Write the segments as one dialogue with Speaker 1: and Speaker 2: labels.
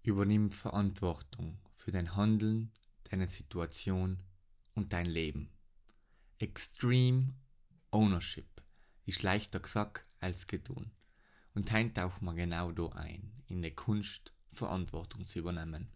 Speaker 1: Übernimm Verantwortung für dein Handeln, deine Situation und dein Leben. Extreme Ownership ist leichter gesagt als getan. Und heute tauchen wir genau da ein, in der Kunst, Verantwortung zu übernehmen.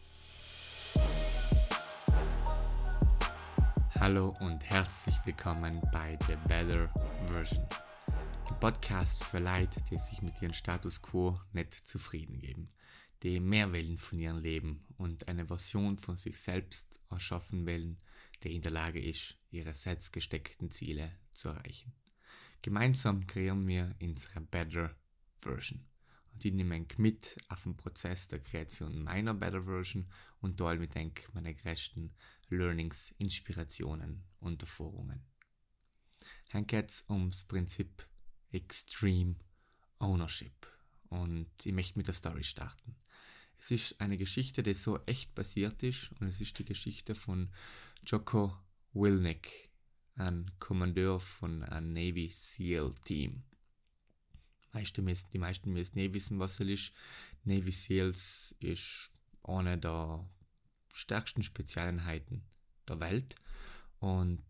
Speaker 1: Hallo und herzlich willkommen bei The Better Version. Ein Podcast für Leute, die sich mit ihrem Status quo nicht zufrieden geben, die mehr wollen von ihrem Leben und eine Version von sich selbst erschaffen wollen, die in der Lage ist, ihre selbst gesteckten Ziele zu erreichen. Gemeinsam kreieren wir unsere Better Version. Und ich nehme mit auf den Prozess der Kreation meiner Better Version und teile mit meine größten Learnings, Inspirationen und Erfahrungen. Hier geht es ums Prinzip Extreme Ownership und ich möchte mit der Story starten. Es ist eine Geschichte, die so echt passiert ist und es ist die Geschichte von Jocko Willink, ein Kommandeur von einem Navy SEAL Team. Die meisten müssen nicht wissen, was es ist. Navy SEALs ist eine der stärksten Spezialeinheiten der Welt und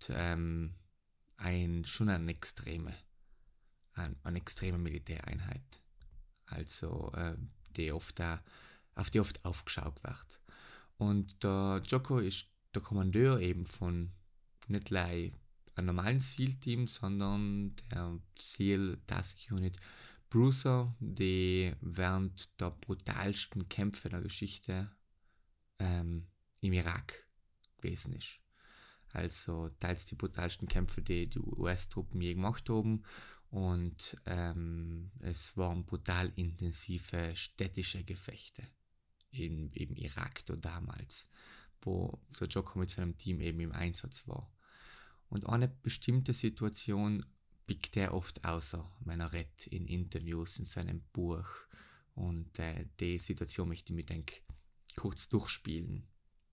Speaker 1: schon eine extreme Militäreinheit. Also auf die oft aufgeschaut wird. Und der Jocko ist der Kommandeur eben von nicht gleich einem normalen SEAL-Team, sondern der SEAL Task Unit Bruiser, die während der brutalsten Kämpfe der Geschichte im Irak gewesen ist. Also teils die brutalsten Kämpfe, die US-Truppen je gemacht haben. Und es waren brutal intensive städtische Gefechte im Irak da damals, wo der Jocko mit seinem Team eben im Einsatz war. Und eine bestimmte Situation pickt er oft außer, wenn er redet in Interviews, in seinem Buch. Und die Situation möchte ich mit kurz durchspielen.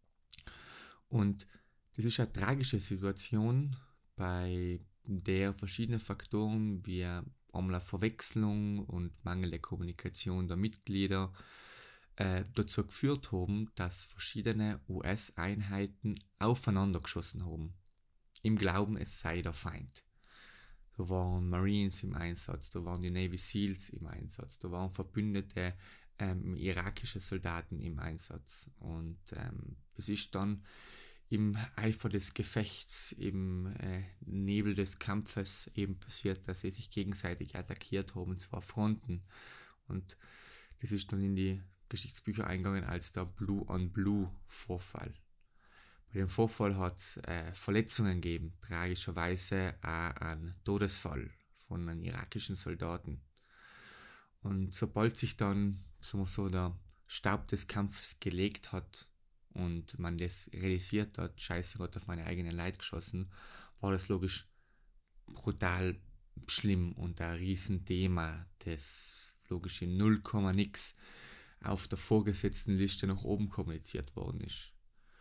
Speaker 1: Und das ist eine tragische Situation, bei der verschiedene Faktoren wie einmal Verwechslung und mangelnde Kommunikation der Mitglieder dazu geführt haben, dass verschiedene US-Einheiten aufeinander geschossen haben. Im Glauben, es sei der Feind. Da waren Marines im Einsatz, da waren die Navy SEALs im Einsatz, da waren verbündete irakische Soldaten im Einsatz. Und es ist dann im Eifer des Gefechts, im Nebel des Kampfes eben passiert, dass sie sich gegenseitig attackiert haben, und zwar Fronten. Und das ist dann in die Geschichtsbücher eingegangen als der Blue-on-Blue-Vorfall. Bei dem Vorfall hat es Verletzungen gegeben, tragischerweise auch einen Todesfall von einem irakischen Soldaten. Und sobald sich dann, sagen wir so, der Staub des Kampfes gelegt hat und man das realisiert hat, scheiße, Gott, auf meine eigenen Leute geschossen, war das logisch brutal schlimm und ein Riesenthema, das logisch in 0, nix auf der vorgesetzten Liste nach oben kommuniziert worden ist.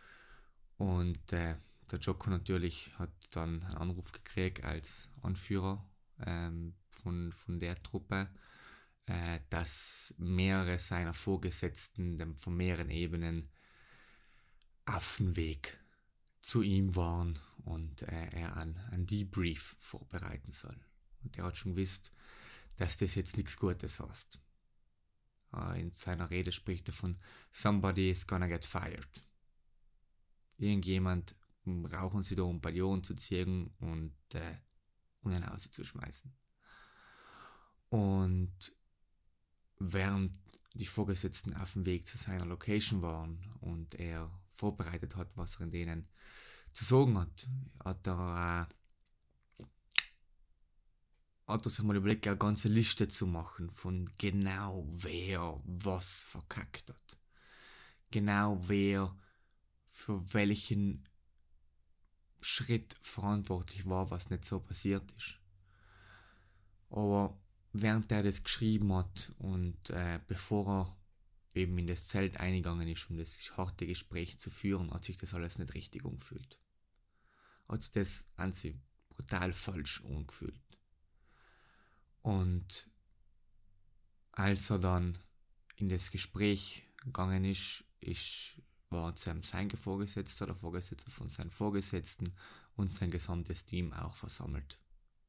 Speaker 1: Und der Jocko natürlich hat dann einen Anruf gekriegt als Anführer von der Truppe, dass mehrere seiner Vorgesetzten von mehreren Ebenen auf dem Weg zu ihm waren und er einen Debrief vorbereiten soll. Und er hat schon gewusst, dass das jetzt nichts Gutes heißt. In seiner Rede spricht er von "Somebody is gonna get fired". Irgendjemand brauchen sie da, um Ballon zu ziehen und ihn rauszuschmeißen. Und während die Vorgesetzten auf dem Weg zu seiner Location waren und er vorbereitet hat, was er in denen zu sagen hat, hat er sich mal überlegt, eine ganze Liste zu machen von genau wer was verkackt hat. Genau wer für welchen Schritt verantwortlich war, was nicht so passiert ist. Aber während er das geschrieben hat und bevor er eben in das Zelt eingegangen ist, um das harte Gespräch zu führen, hat sich das alles nicht richtig angefühlt. Hat sich das an sich brutal falsch angefühlt. Und als er dann in das Gespräch gegangen war sein Vorgesetzter, der Vorgesetzte von seinem Vorgesetzten und sein gesamtes Team auch versammelt.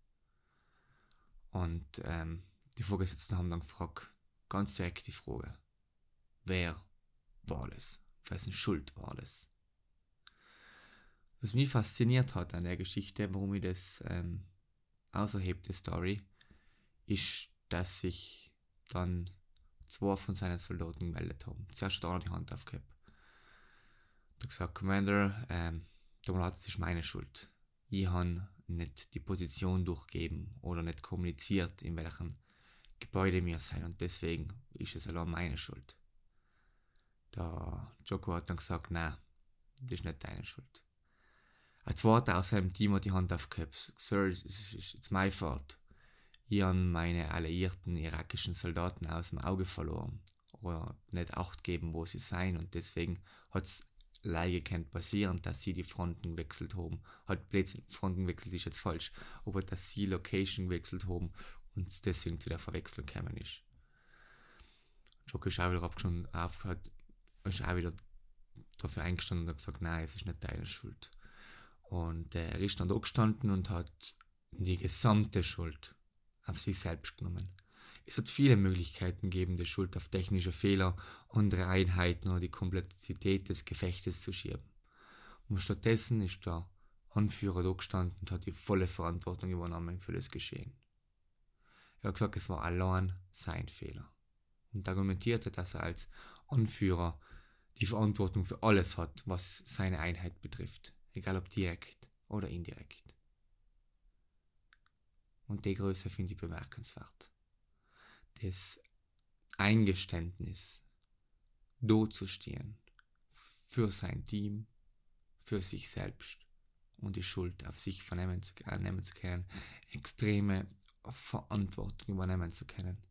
Speaker 1: Und die Vorgesetzten haben dann gefragt, ganz direkt die Frage, wer war das? Wessen Schuld war das? Was mich fasziniert hat an der Geschichte, warum ich das außerhebe, die Story, ist, dass sich dann 2 von seinen Soldaten gemeldet haben. Zuerst hat einer die Hand aufgehoben. Er hat gesagt, Commander, das ist meine Schuld. Ich habe nicht die Position durchgegeben oder nicht kommuniziert, in welchem Gebäude wir sind, und deswegen ist es allein meine Schuld. Der Jocko hat dann gesagt, nein, das ist nicht deine Schuld. Ein zweiter aus seinem Team hat die Hand aufgehoben. Sir, it's my fault. Ich habe meine alliierten irakischen Soldaten aus dem Auge verloren oder nicht Acht geben, wo sie sein, und deswegen hat es leider passieren, dass sie die Fronten gewechselt haben. Fronten gewechselt ist jetzt falsch, aber dass sie Location gewechselt haben und deswegen zu der Verwechslung gekommen ist. Jocko ist auch wieder ist auch wieder dafür eingestanden und hat gesagt, nein, es ist nicht deine Schuld. Und er ist dann da gestanden und hat die gesamte Schuld auf sich selbst genommen. Es hat viele Möglichkeiten gegeben, die Schuld auf technische Fehler, andere Einheiten oder die Komplexität des Gefechtes zu schieben. Und stattdessen ist der Anführer da gestanden und hat die volle Verantwortung übernommen für das Geschehen. Er hat gesagt, es war allein sein Fehler. Und argumentierte, dass er als Anführer die Verantwortung für alles hat, was seine Einheit betrifft, egal ob direkt oder indirekt. Und die Größe finde ich bemerkenswert. Das Eingeständnis, da zu stehen, für sein Team, für sich selbst und die Schuld auf sich nehmen zu können, extreme Verantwortung übernehmen zu können.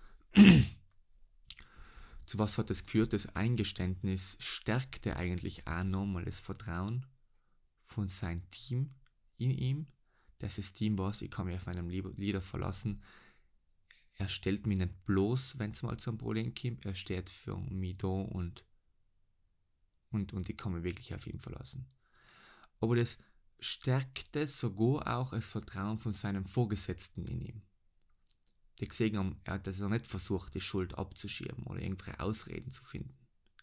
Speaker 1: Zu was hat das geführt? Das Eingeständnis stärkte eigentlich auch nochmal das Vertrauen von seinem Team in ihm, dass das Team weiß, ich kann mich auf einen Leader verlassen. Er stellt mich nicht bloß, wenn es mal zum Problem kommt, er steht für mich da und ich kann mich wirklich auf ihn verlassen. Aber das stärkte sogar auch das Vertrauen von seinem Vorgesetzten in ihm. Die gesehen haben, er hat also nicht versucht, die Schuld abzuschieben oder irgendwelche Ausreden zu finden.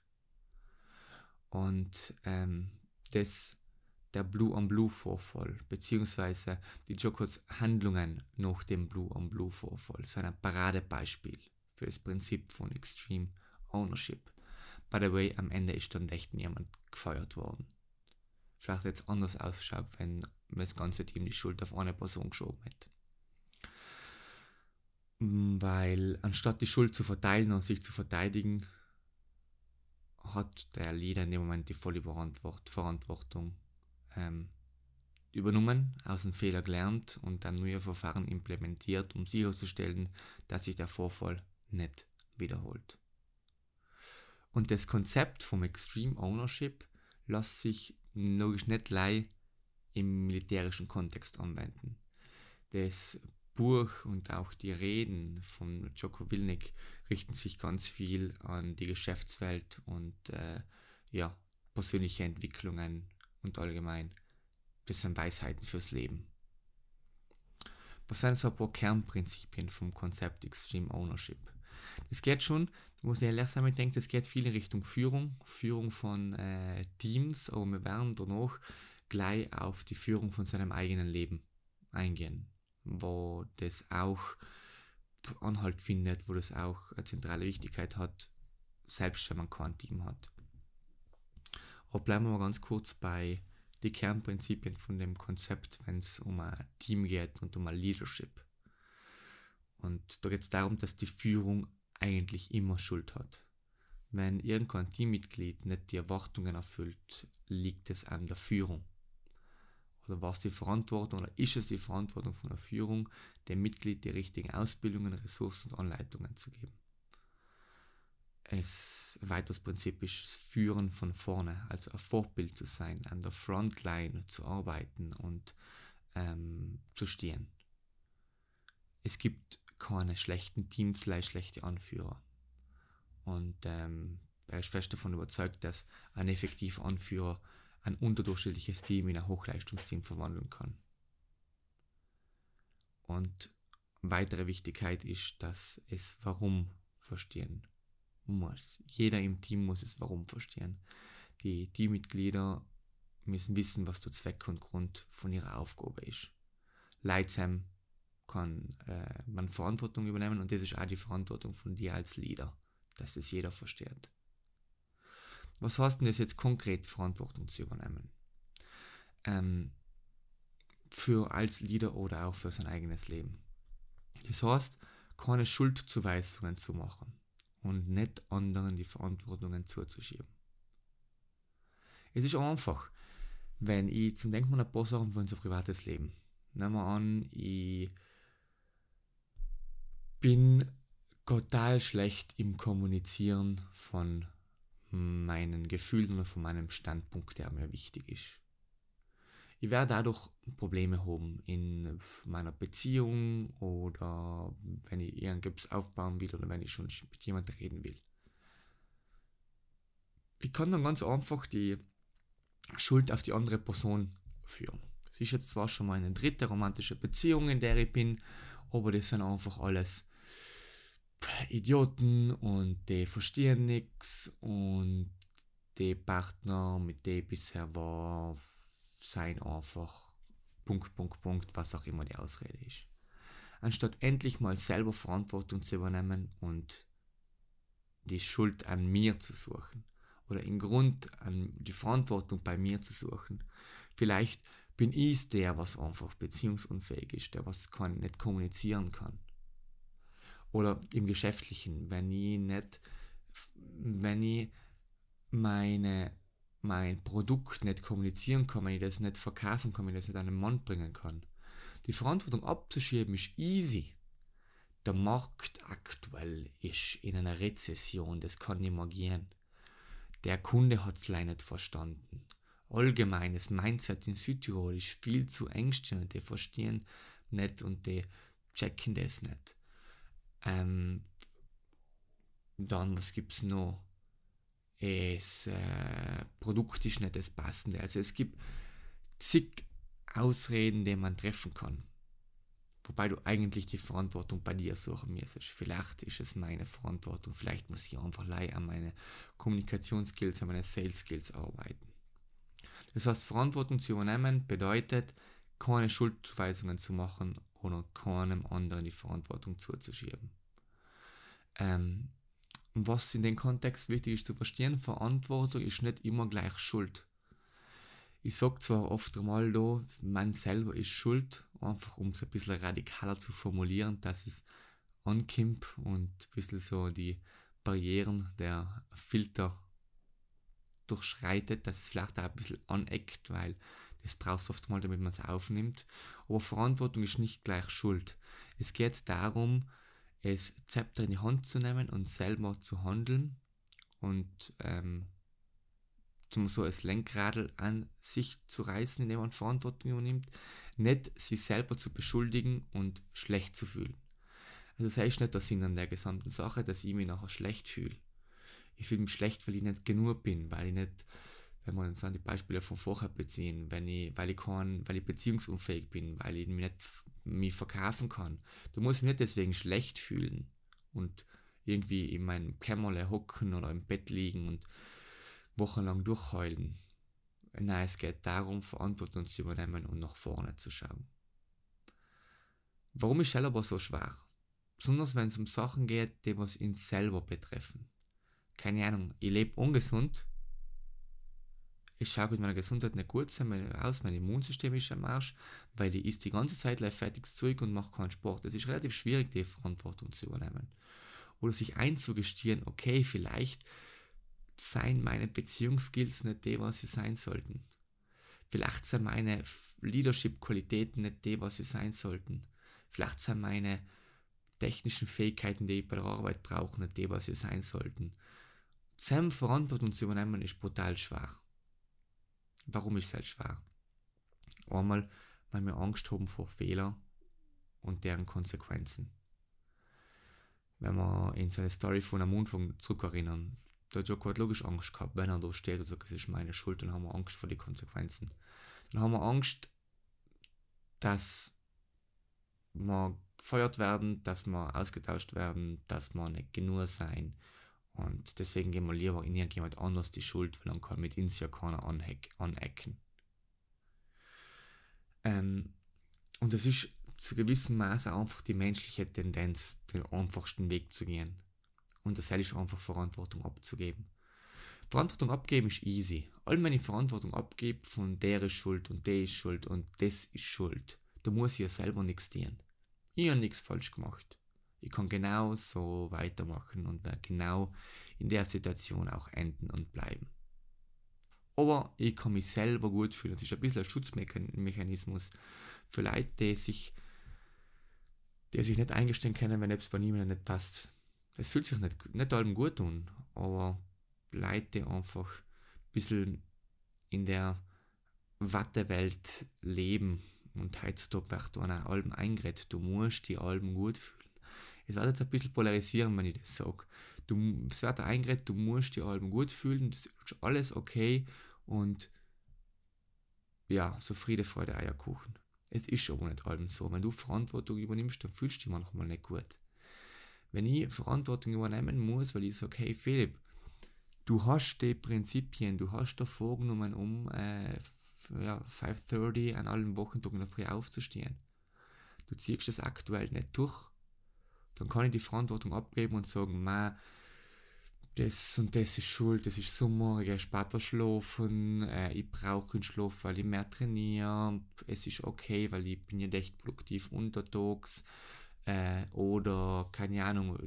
Speaker 1: Und der Blue-on-Blue-Vorfall, beziehungsweise die Jokkos Handlungen nach dem Blue-on-Blue-Vorfall, so ein Paradebeispiel für das Prinzip von Extreme Ownership. By the way, am Ende ist dann echt niemand gefeuert worden. Vielleicht hätte es anders ausgeschaut, wenn das ganze Team die Schuld auf eine Person geschoben hätte. Weil anstatt die Schuld zu verteilen und sich zu verteidigen, hat der Leader in dem Moment die volle Verantwortung übernommen, aus dem Fehler gelernt und dann neue Verfahren implementiert, um sicherzustellen, dass sich der Vorfall nicht wiederholt. Und das Konzept vom Extreme Ownership lässt sich logisch nicht leicht im militärischen Kontext anwenden. Das Buch und auch die Reden von Jocko Willink richten sich ganz viel an die Geschäftswelt und persönliche Entwicklungen und allgemein. Das sind Weisheiten fürs Leben. Was sind so ein paar Kernprinzipien vom Konzept Extreme Ownership? Das geht schon, muss ich ehrlich sein, ich denke, das geht viel in Richtung Führung von Teams, aber wir werden danach gleich auf die Führung von seinem eigenen Leben eingehen, wo das auch Anhalt findet, wo das auch eine zentrale Wichtigkeit hat, selbst wenn man kein Team hat. Aber bleiben wir mal ganz kurz bei die Kernprinzipien von dem Konzept, wenn es um ein Team geht und um ein Leadership. Und da geht es darum, dass die Führung eigentlich immer Schuld hat. Wenn irgendein Teammitglied nicht die Erwartungen erfüllt, liegt es an der Führung. Oder war es die Verantwortung oder ist es die Verantwortung von der Führung, dem Mitglied die richtigen Ausbildungen, Ressourcen und Anleitungen zu geben. Ein weiteres Prinzip ist Führen von vorne, also ein Vorbild zu sein, an der Frontline zu arbeiten und zu stehen. Es gibt keine schlechten Teams, schlechte Anführer. Und Er ist fest davon überzeugt, dass ein effektiver Anführer ein unterdurchschnittliches Team in ein Hochleistungsteam verwandeln kann. Und weitere Wichtigkeit ist, dass es Warum verstehen muss. Jeder im Team muss es Warum verstehen. Die Teammitglieder müssen wissen, was der Zweck und Grund von ihrer Aufgabe ist. Leidsam kann man Verantwortung übernehmen und das ist auch die Verantwortung von dir als Leader, dass das jeder versteht. Was heißt denn das jetzt konkret, Verantwortung zu übernehmen? Für als Leader oder auch für sein eigenes Leben. Das heißt, keine Schuldzuweisungen zu machen und nicht anderen die Verantwortungen zuzuschieben. Es ist einfach, wenn ich zum Denken an ein paar Sachen für unser privates Leben. Nehmen wir an, ich bin total schlecht im Kommunizieren von meinen Gefühlen oder von meinem Standpunkt, der mir wichtig ist. Ich werde dadurch Probleme haben in meiner Beziehung oder wenn ich irgendwas aufbauen will oder wenn ich schon mit jemandem reden will. Ich kann dann ganz einfach die Schuld auf die andere Person führen. Das ist jetzt zwar schon mal eine dritte romantische Beziehung, in der ich bin, aber das sind einfach alles Idioten und die verstehen nichts und die Partner, mit denen ich bisher war, seien einfach Punkt, was auch immer die Ausrede ist. Anstatt endlich mal selber Verantwortung zu übernehmen und die Schuld an mir zu suchen oder im Grund an die Verantwortung bei mir zu suchen. Vielleicht bin ich der, was einfach beziehungsunfähig ist, der was nicht kommunizieren kann. Oder im Geschäftlichen, wenn ich mein Produkt nicht kommunizieren kann, wenn ich das nicht verkaufen kann, wenn ich das nicht an den Mann bringen kann. Die Verantwortung abzuschieben ist easy. Der Markt aktuell ist in einer Rezession, das kann nicht mehr gehen. Der Kunde hat es leider nicht verstanden. Allgemeines Mindset in Südtirol ist viel zu engstirnig, die verstehen nicht und die checken das nicht. Dann, was gibt es noch? Das Produkt ist nicht das Passende. Also es gibt zig Ausreden, die man treffen kann. Wobei du eigentlich die Verantwortung bei dir suchen müsstest. Vielleicht ist es meine Verantwortung, vielleicht muss ich einfach an meine Kommunikationsskills, an meine Sales Skills arbeiten. Das heißt, Verantwortung zu übernehmen bedeutet, keine Schuldzuweisungen zu machen oder keinem anderen die Verantwortung zuzuschieben. Was in dem Kontext wichtig ist zu verstehen, Verantwortung ist nicht immer gleich Schuld. Ich sage zwar oft einmal da, man selber ist schuld, einfach um es ein bisschen radikaler zu formulieren, dass es ankommt und ein bisschen so die Barrieren der Filter durchschreitet, dass es vielleicht auch ein bisschen aneckt, weil das brauchst du oft mal, damit man es aufnimmt. Aber Verantwortung ist nicht gleich Schuld. Es geht darum, das Zepter in die Hand zu nehmen und selber zu handeln und so das Lenkradl an sich zu reißen, indem man Verantwortung übernimmt, nicht sich selber zu beschuldigen und schlecht zu fühlen. Also das heißt nicht der Sinn an der gesamten Sache, dass ich mich nachher schlecht fühle. Ich fühle mich schlecht, weil ich nicht genug bin, weil ich nicht, wenn wir uns an die Beispiele von vorher beziehen, weil ich beziehungsunfähig bin, weil ich mich verkaufen kann. Du musst mich nicht deswegen schlecht fühlen und irgendwie in meinem Kämmerle hocken oder im Bett liegen und wochenlang durchheulen. Nein, es geht darum, Verantwortung zu übernehmen und nach vorne zu schauen. Warum ist es aber so schwer? Besonders wenn es um Sachen geht, die was ihn selber betreffen. Keine Ahnung, ich lebe ungesund, ich schaue mit meiner Gesundheit nicht gut aus, mein Immunsystem ist am Arsch, weil ich esse die ganze Zeit fertiges Zeug und mache keinen Sport. Es ist relativ schwierig, die Verantwortung zu übernehmen. Oder sich einzugestehen, okay, vielleicht seien meine Beziehungsskills nicht die, was sie sein sollten. Vielleicht sind meine Leadership-Qualitäten nicht die, was sie sein sollten. Vielleicht sind meine technischen Fähigkeiten, die ich bei der Arbeit brauche, nicht die, was sie sein sollten. Zusammen Verantwortung zu übernehmen ist brutal schwer. Warum ist es halt schwer? Einmal, weil wir Angst haben vor Fehlern und deren Konsequenzen. Wenn wir in seine Story von am Anfang zurückerinnern, der Joko hat logisch Angst gehabt, wenn er da steht und sagt, es ist meine Schuld, dann haben wir Angst vor die Konsequenzen. Dann haben wir Angst, dass wir gefeuert werden, dass wir ausgetauscht werden, dass wir nicht genug sein. Und deswegen gehen wir lieber in irgendjemand anders die Schuld, weil dann kann mit uns ja keiner anecken. Und das ist zu gewissem Maße einfach die menschliche Tendenz, den einfachsten Weg zu gehen. Und das ist einfach Verantwortung abzugeben. Verantwortung abgeben ist easy. All wenn ich Verantwortung abgebe, von der ist Schuld und der ist Schuld und das ist Schuld, da muss ich ja selber nichts tun. Ich habe nichts falsch gemacht. Ich kann genau so weitermachen und genau in der Situation auch enden und bleiben. Aber ich kann mich selber gut fühlen. Das ist ein bisschen ein Schutzmechanismus für Leute, die sich nicht eingestehen können, wenn etwas bei niemandem nicht passt. Es fühlt sich nicht allem gut an, aber Leute, die einfach ein bisschen in der Wattewelt leben und heutzutage wird einer Alben eingeredet, du musst die Alben gut fühlen. Es wird jetzt ein bisschen polarisieren, wenn ich das sage. Es wird eingeredet, du musst die Alben gut fühlen, das ist alles okay und ja, so Friede, Freude, Eierkuchen. Es ist aber nicht allem so. Wenn du Verantwortung übernimmst, dann fühlst du dich manchmal nicht gut. Wenn ich Verantwortung übernehmen muss, weil ich sage, hey Philipp, du hast die Prinzipien, du hast da vorgenommen, um 5:30 an allen Wochentagen in der Früh aufzustehen. Du ziehst das aktuell nicht durch, dann kann ich die Verantwortung abgeben und sagen, das und das ist schuld, das ist Sommer, ich gehe später schlafen, ich brauche den Schlaf, weil ich mehr trainiere, es ist okay, weil ich bin ja echt produktiv untertags, oder keine Ahnung,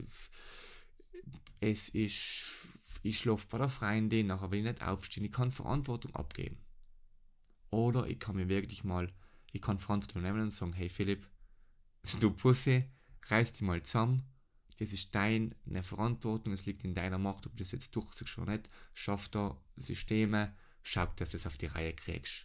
Speaker 1: ich schlafe bei der Freundin, nachher will ich nicht aufstehen, ich kann Verantwortung abgeben. Oder ich kann Verantwortung nehmen und sagen, hey Philipp, du Pussy, reiß dich mal zusammen, das ist deine Verantwortung, es liegt in deiner Macht, ob du das jetzt durchziehst oder nicht, schaff da Systeme, schau, dass du es auf die Reihe kriegst.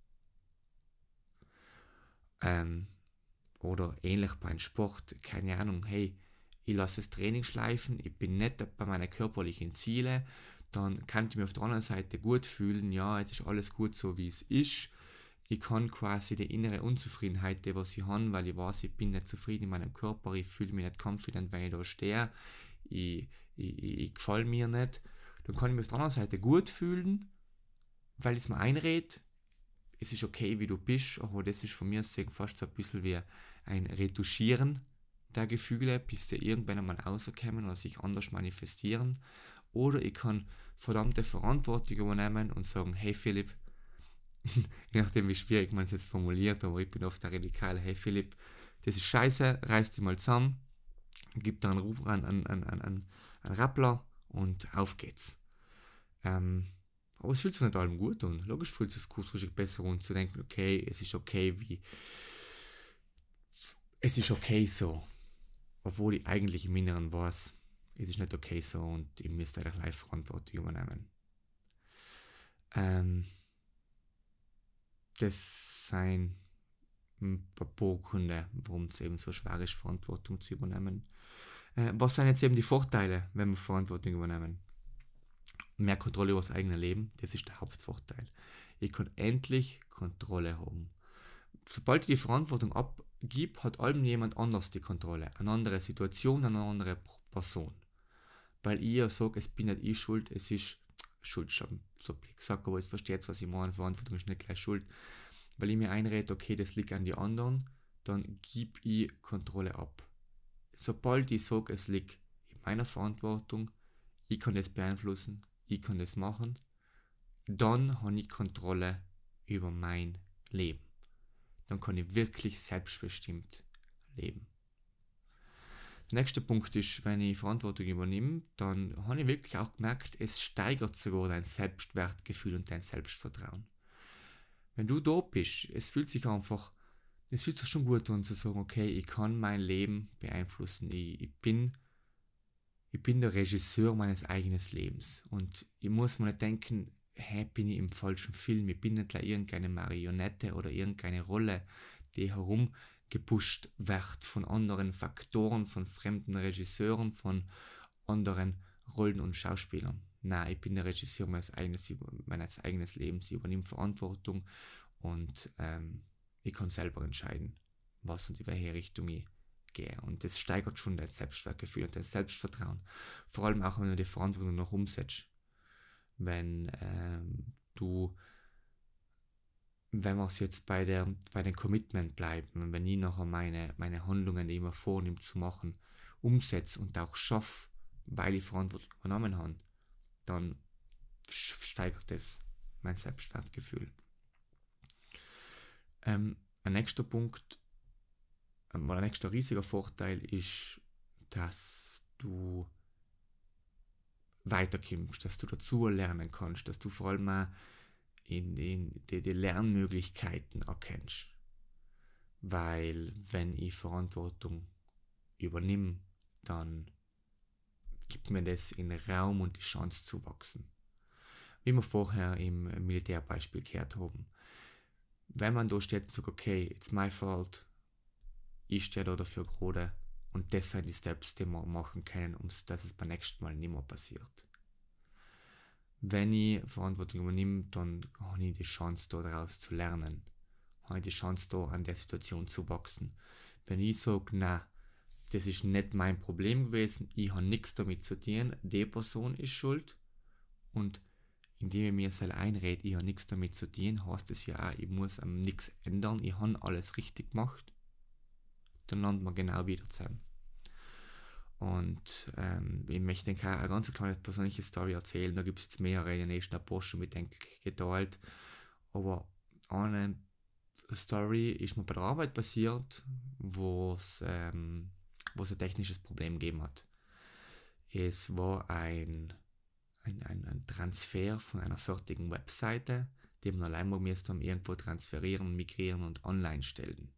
Speaker 1: Oder ähnlich beim Sport, keine Ahnung, hey, ich lasse das Training schleifen, ich bin nicht bei meinen körperlichen Zielen, dann kann ich mich auf der anderen Seite gut fühlen, ja, es ist alles gut so, wie es ist. Ich kann quasi die innere Unzufriedenheit, die was ich habe, weil ich weiß, ich bin nicht zufrieden in meinem Körper, ich fühle mich nicht confident, wenn ich da stehe, ich gefalle mir nicht. Dann kann ich mich auf der anderen Seite gut fühlen, weil ich es mir einrede, es ist okay, wie du bist, aber das ist von mir fast so ein bisschen wie ein Retuschieren der Gefühle, bis die irgendwann einmal rauskommen oder sich anders manifestieren. Oder ich kann verdammte Verantwortung übernehmen und sagen, hey Philipp, je nachdem wie schwierig man es jetzt formuliert, aber ich bin oft der Radikale, hey Philipp, das ist scheiße, reiß dich mal zusammen, gib da einen Rappler und auf geht's. Aber es fühlt sich nicht allem gut an. Logisch fühlt es sich kurzfristig besser an, zu denken, okay, es ist okay so. Obwohl ich eigentlich im Inneren weiß, es ist nicht okay so und ich müsste eigentlich live Verantwortung übernehmen. Das sind ein paar Gründe, warum es eben so schwer ist, Verantwortung zu übernehmen. Was sind jetzt eben die Vorteile, wenn wir Verantwortung übernehmen? Mehr Kontrolle über das eigene Leben, das ist der Hauptvorteil. Ich kann endlich Kontrolle haben. Sobald ich die Verantwortung abgebe, hat allem jemand anders die Kontrolle. Eine andere Situation, eine andere Person. Weil ich ja sage, es bin nicht ich schuld, es ist Schuld schon so blöd gesagt, aber es versteht, was ich meine, Verantwortung ist nicht gleich Schuld. Weil ich mir einrede, okay, das liegt an die anderen, dann gebe ich Kontrolle ab. Sobald ich sage, es liegt in meiner Verantwortung, ich kann das beeinflussen, ich kann das machen, dann habe ich Kontrolle über mein Leben. Dann kann ich wirklich selbstbestimmt leben. Der nächste Punkt ist, wenn ich Verantwortung übernehme, dann habe ich wirklich auch gemerkt, es steigert sogar dein Selbstwertgefühl und dein Selbstvertrauen. Wenn du da bist, es fühlt sich schon gut an zu sagen, okay, ich kann mein Leben beeinflussen, ich bin der Regisseur meines eigenen Lebens und ich muss mir nicht denken, bin ich im falschen Film, ich bin nicht irgendeine Marionette oder irgendeine Rolle, die herumgepusht wird von anderen Faktoren, von fremden Regisseuren, von anderen Rollen und Schauspielern. nein, ich bin der Regisseur meines eigenen Lebens, ich übernehme Verantwortung und ich kann selber entscheiden, was und in welche Richtung ich gehe. Und das steigert schon dein Selbstwertgefühl und dein Selbstvertrauen. Vor allem auch, wenn du die Verantwortung noch umsetzt. Wenn wenn wir jetzt bei den Commitment bleiben, wenn ich nachher meine Handlungen, die ich mir vornehme zu machen, umsetze und auch schaffe, weil ich Verantwortung übernommen habe, dann steigert das mein Selbstwertgefühl. Ein nächster Punkt, oder ein nächster riesiger Vorteil ist, dass du weiterkommst, dass du dazu lernen kannst, dass du vor allem auch die Lernmöglichkeiten erkennst. Weil wenn ich Verantwortung übernehme, dann gibt mir das in Raum und die Chance zu wachsen. Wie wir vorher im Militärbeispiel gehört haben. Wenn man da steht und sagt, okay, it's my fault, ich stehe da dafür gerade und das sind die Steps, die wir machen können, dass es beim nächsten Mal nicht mehr passiert. Wenn ich Verantwortung übernehme, dann habe ich die Chance, daraus zu lernen. Habe ich die Chance, da an der Situation zu wachsen. Wenn ich sage, na, das ist nicht mein Problem gewesen, ich habe nichts damit zu tun, die Person ist schuld und indem ich mir selber einrede, ich habe nichts damit zu tun, heißt es ja auch, ich muss am nichts ändern, ich habe alles richtig gemacht, dann landet man genau wieder zusammen. Und ich möchte auch eine ganz kleine persönliche Story erzählen, da gibt es jetzt mehrere, die nächsten ein paar schon mit geteilt, aber eine Story ist mir bei der Arbeit passiert, wo es ein technisches Problem gegeben hat. Es war ein Transfer von einer fertigen Webseite, die man allein mal irgendwo transferieren, migrieren und online stellen.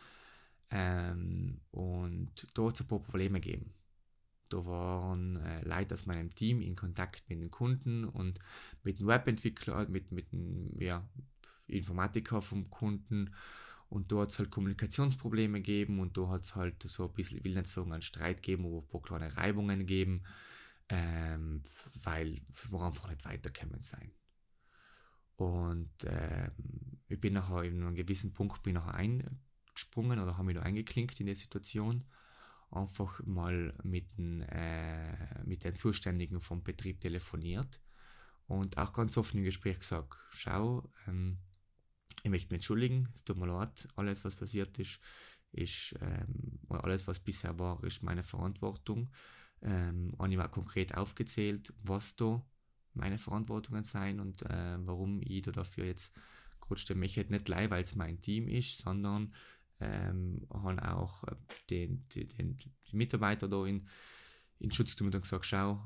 Speaker 1: Und da hat es ein paar Probleme gegeben. Da waren Leute aus meinem Team in Kontakt mit den Kunden und mit dem Webentwickler, mit dem Informatiker vom Kunden. Und da hat es halt Kommunikationsprobleme gegeben und da hat es halt so ein bisschen, ich will nicht sagen, einen Streit gegeben, aber ein paar kleine Reibungen gegeben, weil wir einfach nicht weitergekommen sein. Und ich bin nachher in einem gewissen Punkt eingesprungen oder habe mich da eingeklinkt in die Situation. Einfach mal mit den Zuständigen vom Betrieb telefoniert und auch ganz offen im Gespräch gesagt, schau, ich möchte mich entschuldigen, es tut mir leid, alles was passiert ist oder alles was bisher war, ist meine Verantwortung. Und ich war konkret aufgezählt, was da meine Verantwortungen sein und warum ich da dafür jetzt gerade stehen möchte, nicht gleich, weil es mein Team ist, sondern haben auch den Mitarbeiter da in Schutz genommen und gesagt, schau,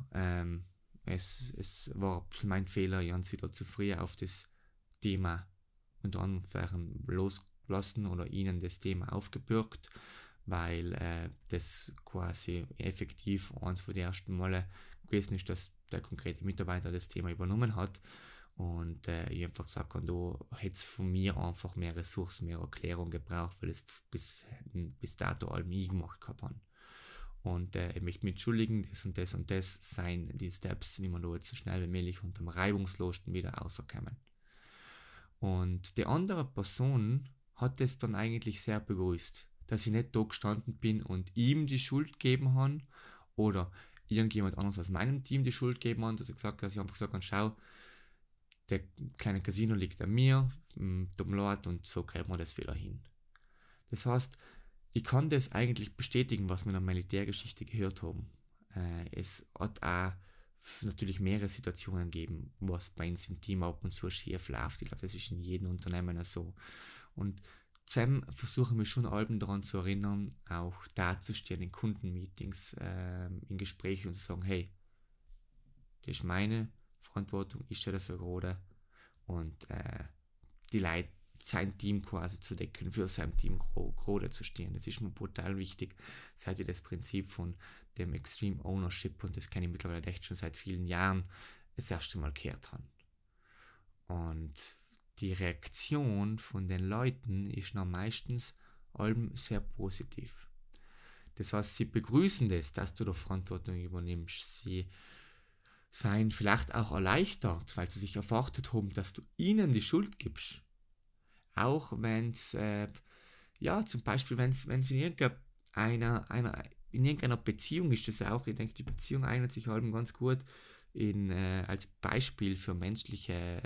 Speaker 1: es war ein bisschen mein Fehler, ich habe sie da zu früh auf das Thema unter anderem losgelassen oder ihnen das Thema aufgebürgt, weil das quasi effektiv eins von den ersten Male gewesen ist, dass der konkrete Mitarbeiter das Thema übernommen hat. Und ich einfach gesagt habe, da hätte es von mir einfach mehr Ressourcen, mehr Erklärung gebraucht, weil es bis dato allem ich gemacht gehabt habe. Und ich möchte mich entschuldigen, das und das seien die Steps, wie man da jetzt so schnell wie möglich unter dem reibungslosen wieder rauskommen. Und die andere Person hat es dann eigentlich sehr begrüßt, dass ich nicht da gestanden bin und ihm die Schuld gegeben habe oder irgendjemand anderes aus meinem Team die Schuld gegeben habe, dass ich einfach gesagt habe, schau, der kleine Casino liegt an mir, tut mir leid und so kriegt man das wieder hin. Das heißt, ich kann das eigentlich bestätigen, was wir in der Militärgeschichte gehört haben. Es hat auch natürlich mehrere Situationen gegeben, was bei uns im Team ab und zu schief läuft. Ich glaube, das ist in jedem Unternehmen so. Und zusammen versuchen wir schon Alben daran zu erinnern, auch dazustehen in Kundenmeetings, in Gesprächen und zu sagen, hey, das ist meine Verantwortung, ich stehe dafür gerade und die Leute, sein Team quasi zu decken, für sein Team gerade zu stehen. Das ist mir brutal wichtig, seit ich das Prinzip von dem Extreme Ownership, und das kenne ich mittlerweile echt schon seit vielen Jahren, das erste Mal gehört habe. Und die Reaktion von den Leuten ist noch meistens allem sehr positiv. Das heißt, sie begrüßen das, dass du da Verantwortung übernimmst. sein vielleicht auch erleichtert, weil sie sich erwartet haben, dass du ihnen die Schuld gibst. Auch wenn es, zum Beispiel, wenn es in irgendeiner Beziehung ist, das auch, ich denke, die Beziehung eignet sich halt ganz gut als Beispiel für menschliche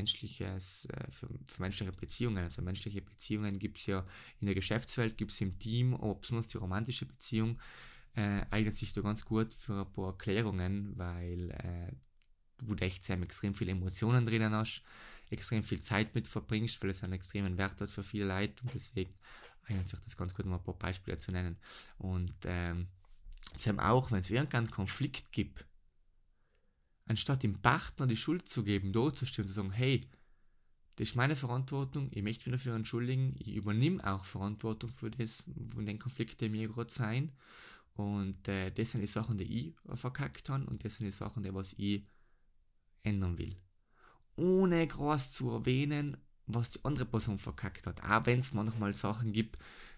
Speaker 1: Beziehungen. Also menschliche Beziehungen gibt es ja in der Geschäftswelt, gibt es im Team, aber besonders die romantische Beziehung eignet sich da ganz gut für ein paar Erklärungen, weil du echt extrem viele Emotionen drinnen hast, extrem viel Zeit mit verbringst, weil es einen extremen Wert hat für viele Leute und deswegen eignet sich das ganz gut, um ein paar Beispiele zu nennen. Und auch, wenn es irgendeinen Konflikt gibt, anstatt dem Partner die Schuld zu geben, da zu stehen und zu sagen, hey, das ist meine Verantwortung, ich möchte mich dafür entschuldigen, ich übernehme auch Verantwortung für den Konflikt, der mir gerade sein. Und das sind die Sachen, die ich verkackt habe und das sind die Sachen, die was ich ändern will. Ohne groß zu erwähnen, was die andere Person verkackt hat. Auch wenn es manchmal Sachen gibt,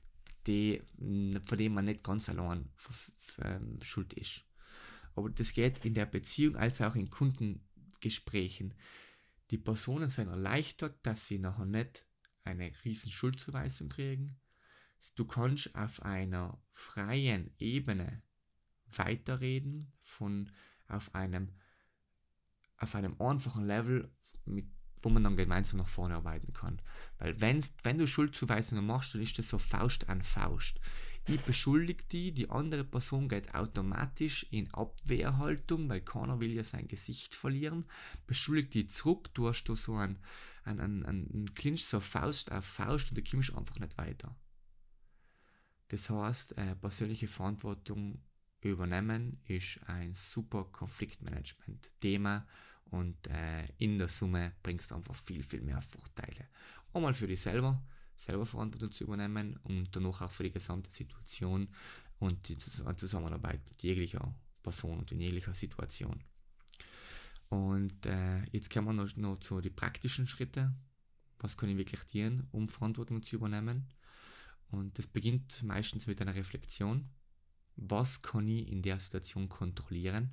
Speaker 1: von denen man nicht ganz allein schuld ist. Aber das geht in der Beziehung als auch in Kundengesprächen. Die Personen sind erleichtert, dass sie nachher nicht eine riesen Schuldzuweisung kriegen. Du kannst auf einer freien Ebene weiterreden, auf einem einfachen Level, wo man dann gemeinsam nach vorne arbeiten kann. Weil wenn du Schuldzuweisungen machst, dann ist das so Faust an Faust. Ich beschuldige die andere Person geht automatisch in Abwehrhaltung, weil keiner will ja sein Gesicht verlieren, beschuldigt die zurück, du hast da so einen Clinch, so Faust auf Faust und du kommst einfach nicht weiter. Das heißt, persönliche Verantwortung übernehmen ist ein super Konfliktmanagement-Thema und in der Summe bringst du einfach viel, viel mehr Vorteile. Einmal für dich selber Verantwortung zu übernehmen und danach auch für die gesamte Situation und die Zusammenarbeit mit jeglicher Person und in jeglicher Situation. Und jetzt kommen wir noch zu den praktischen Schritten. Was kann ich wirklich tun, um Verantwortung zu übernehmen? Und das beginnt meistens mit einer Reflexion. Was kann ich in der Situation kontrollieren?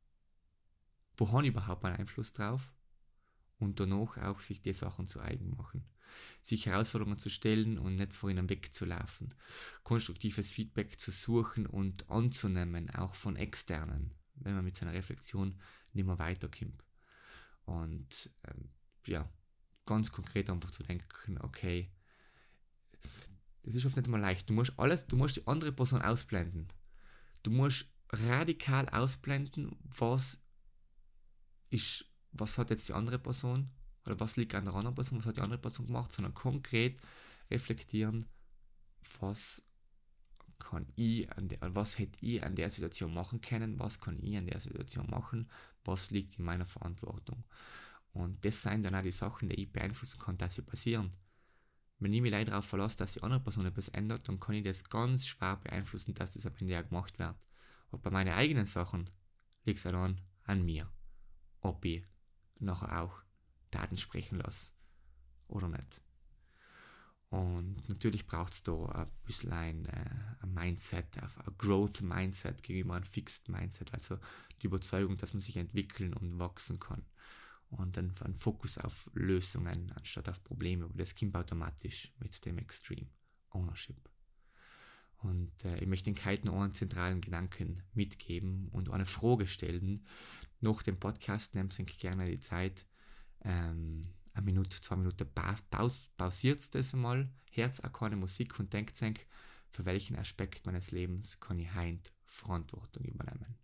Speaker 1: Wo habe ich überhaupt einen Einfluss drauf? Und danach auch sich die Sachen zu eigen machen. Sich Herausforderungen zu stellen und nicht vor ihnen wegzulaufen. Konstruktives Feedback zu suchen und anzunehmen, auch von Externen, wenn man mit seiner Reflexion nicht mehr weiterkommt. Und ganz konkret einfach zu denken, okay, das ist oft nicht immer leicht. Du musst die andere Person ausblenden. Du musst radikal ausblenden, was hat jetzt die andere Person oder was liegt an der anderen Person, was hat die andere Person gemacht, sondern konkret reflektieren, was hätte ich an der Situation machen können, was kann ich an der Situation machen, was liegt in meiner Verantwortung. Und das sind dann auch die Sachen, die ich beeinflussen kann, dass sie passieren. Wenn ich mich leider darauf verlasse, dass die andere Person etwas ändert, dann kann ich das ganz schwer beeinflussen, dass das am Ende ja gemacht wird. Und bei meinen eigenen Sachen liegt es dann an mir, ob ich nachher auch Daten sprechen lasse oder nicht. Und natürlich braucht es da ein bisschen ein Mindset, ein Growth-Mindset gegenüber einem Fixed Mindset, also die Überzeugung, dass man sich entwickeln und wachsen kann. Und dann ein Fokus auf Lösungen anstatt auf Probleme, aber das kommt automatisch mit dem Extreme Ownership. Und ich möchte den Kite noch einen zentralen Gedanken mitgeben und eine Frage stellen. Nach dem Podcast nehmt euch gerne die Zeit, 1 Minute, 2 Minuten pausiert das einmal, hört auch keine Musik und denkt euch, für welchen Aspekt meines Lebens kann ich heute Verantwortung übernehmen.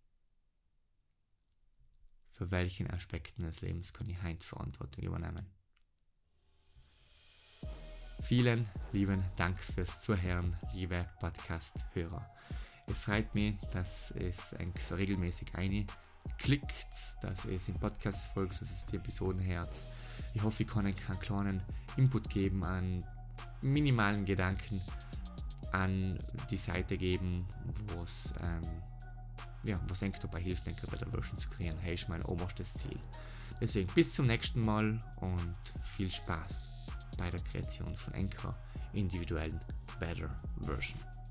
Speaker 1: Für welchen Aspekt meines Lebens kann ich heute Verantwortung übernehmen. Vielen lieben Dank fürs Zuhören, liebe Podcast-Hörer. Es freut mich, dass es eigentlich so regelmäßig klickt, dass es im Podcast folgt, dass es die Episoden hört. Ich hoffe, ich kann einen kleinen Input geben, an minimalen Gedanken an die Seite geben, was euch dabei hilft, eine Better Version zu kreieren. Hey, ist mein oberstes Ziel. Deswegen bis zum nächsten Mal und viel Spaß bei der Kreation von einer individuellen Better Version.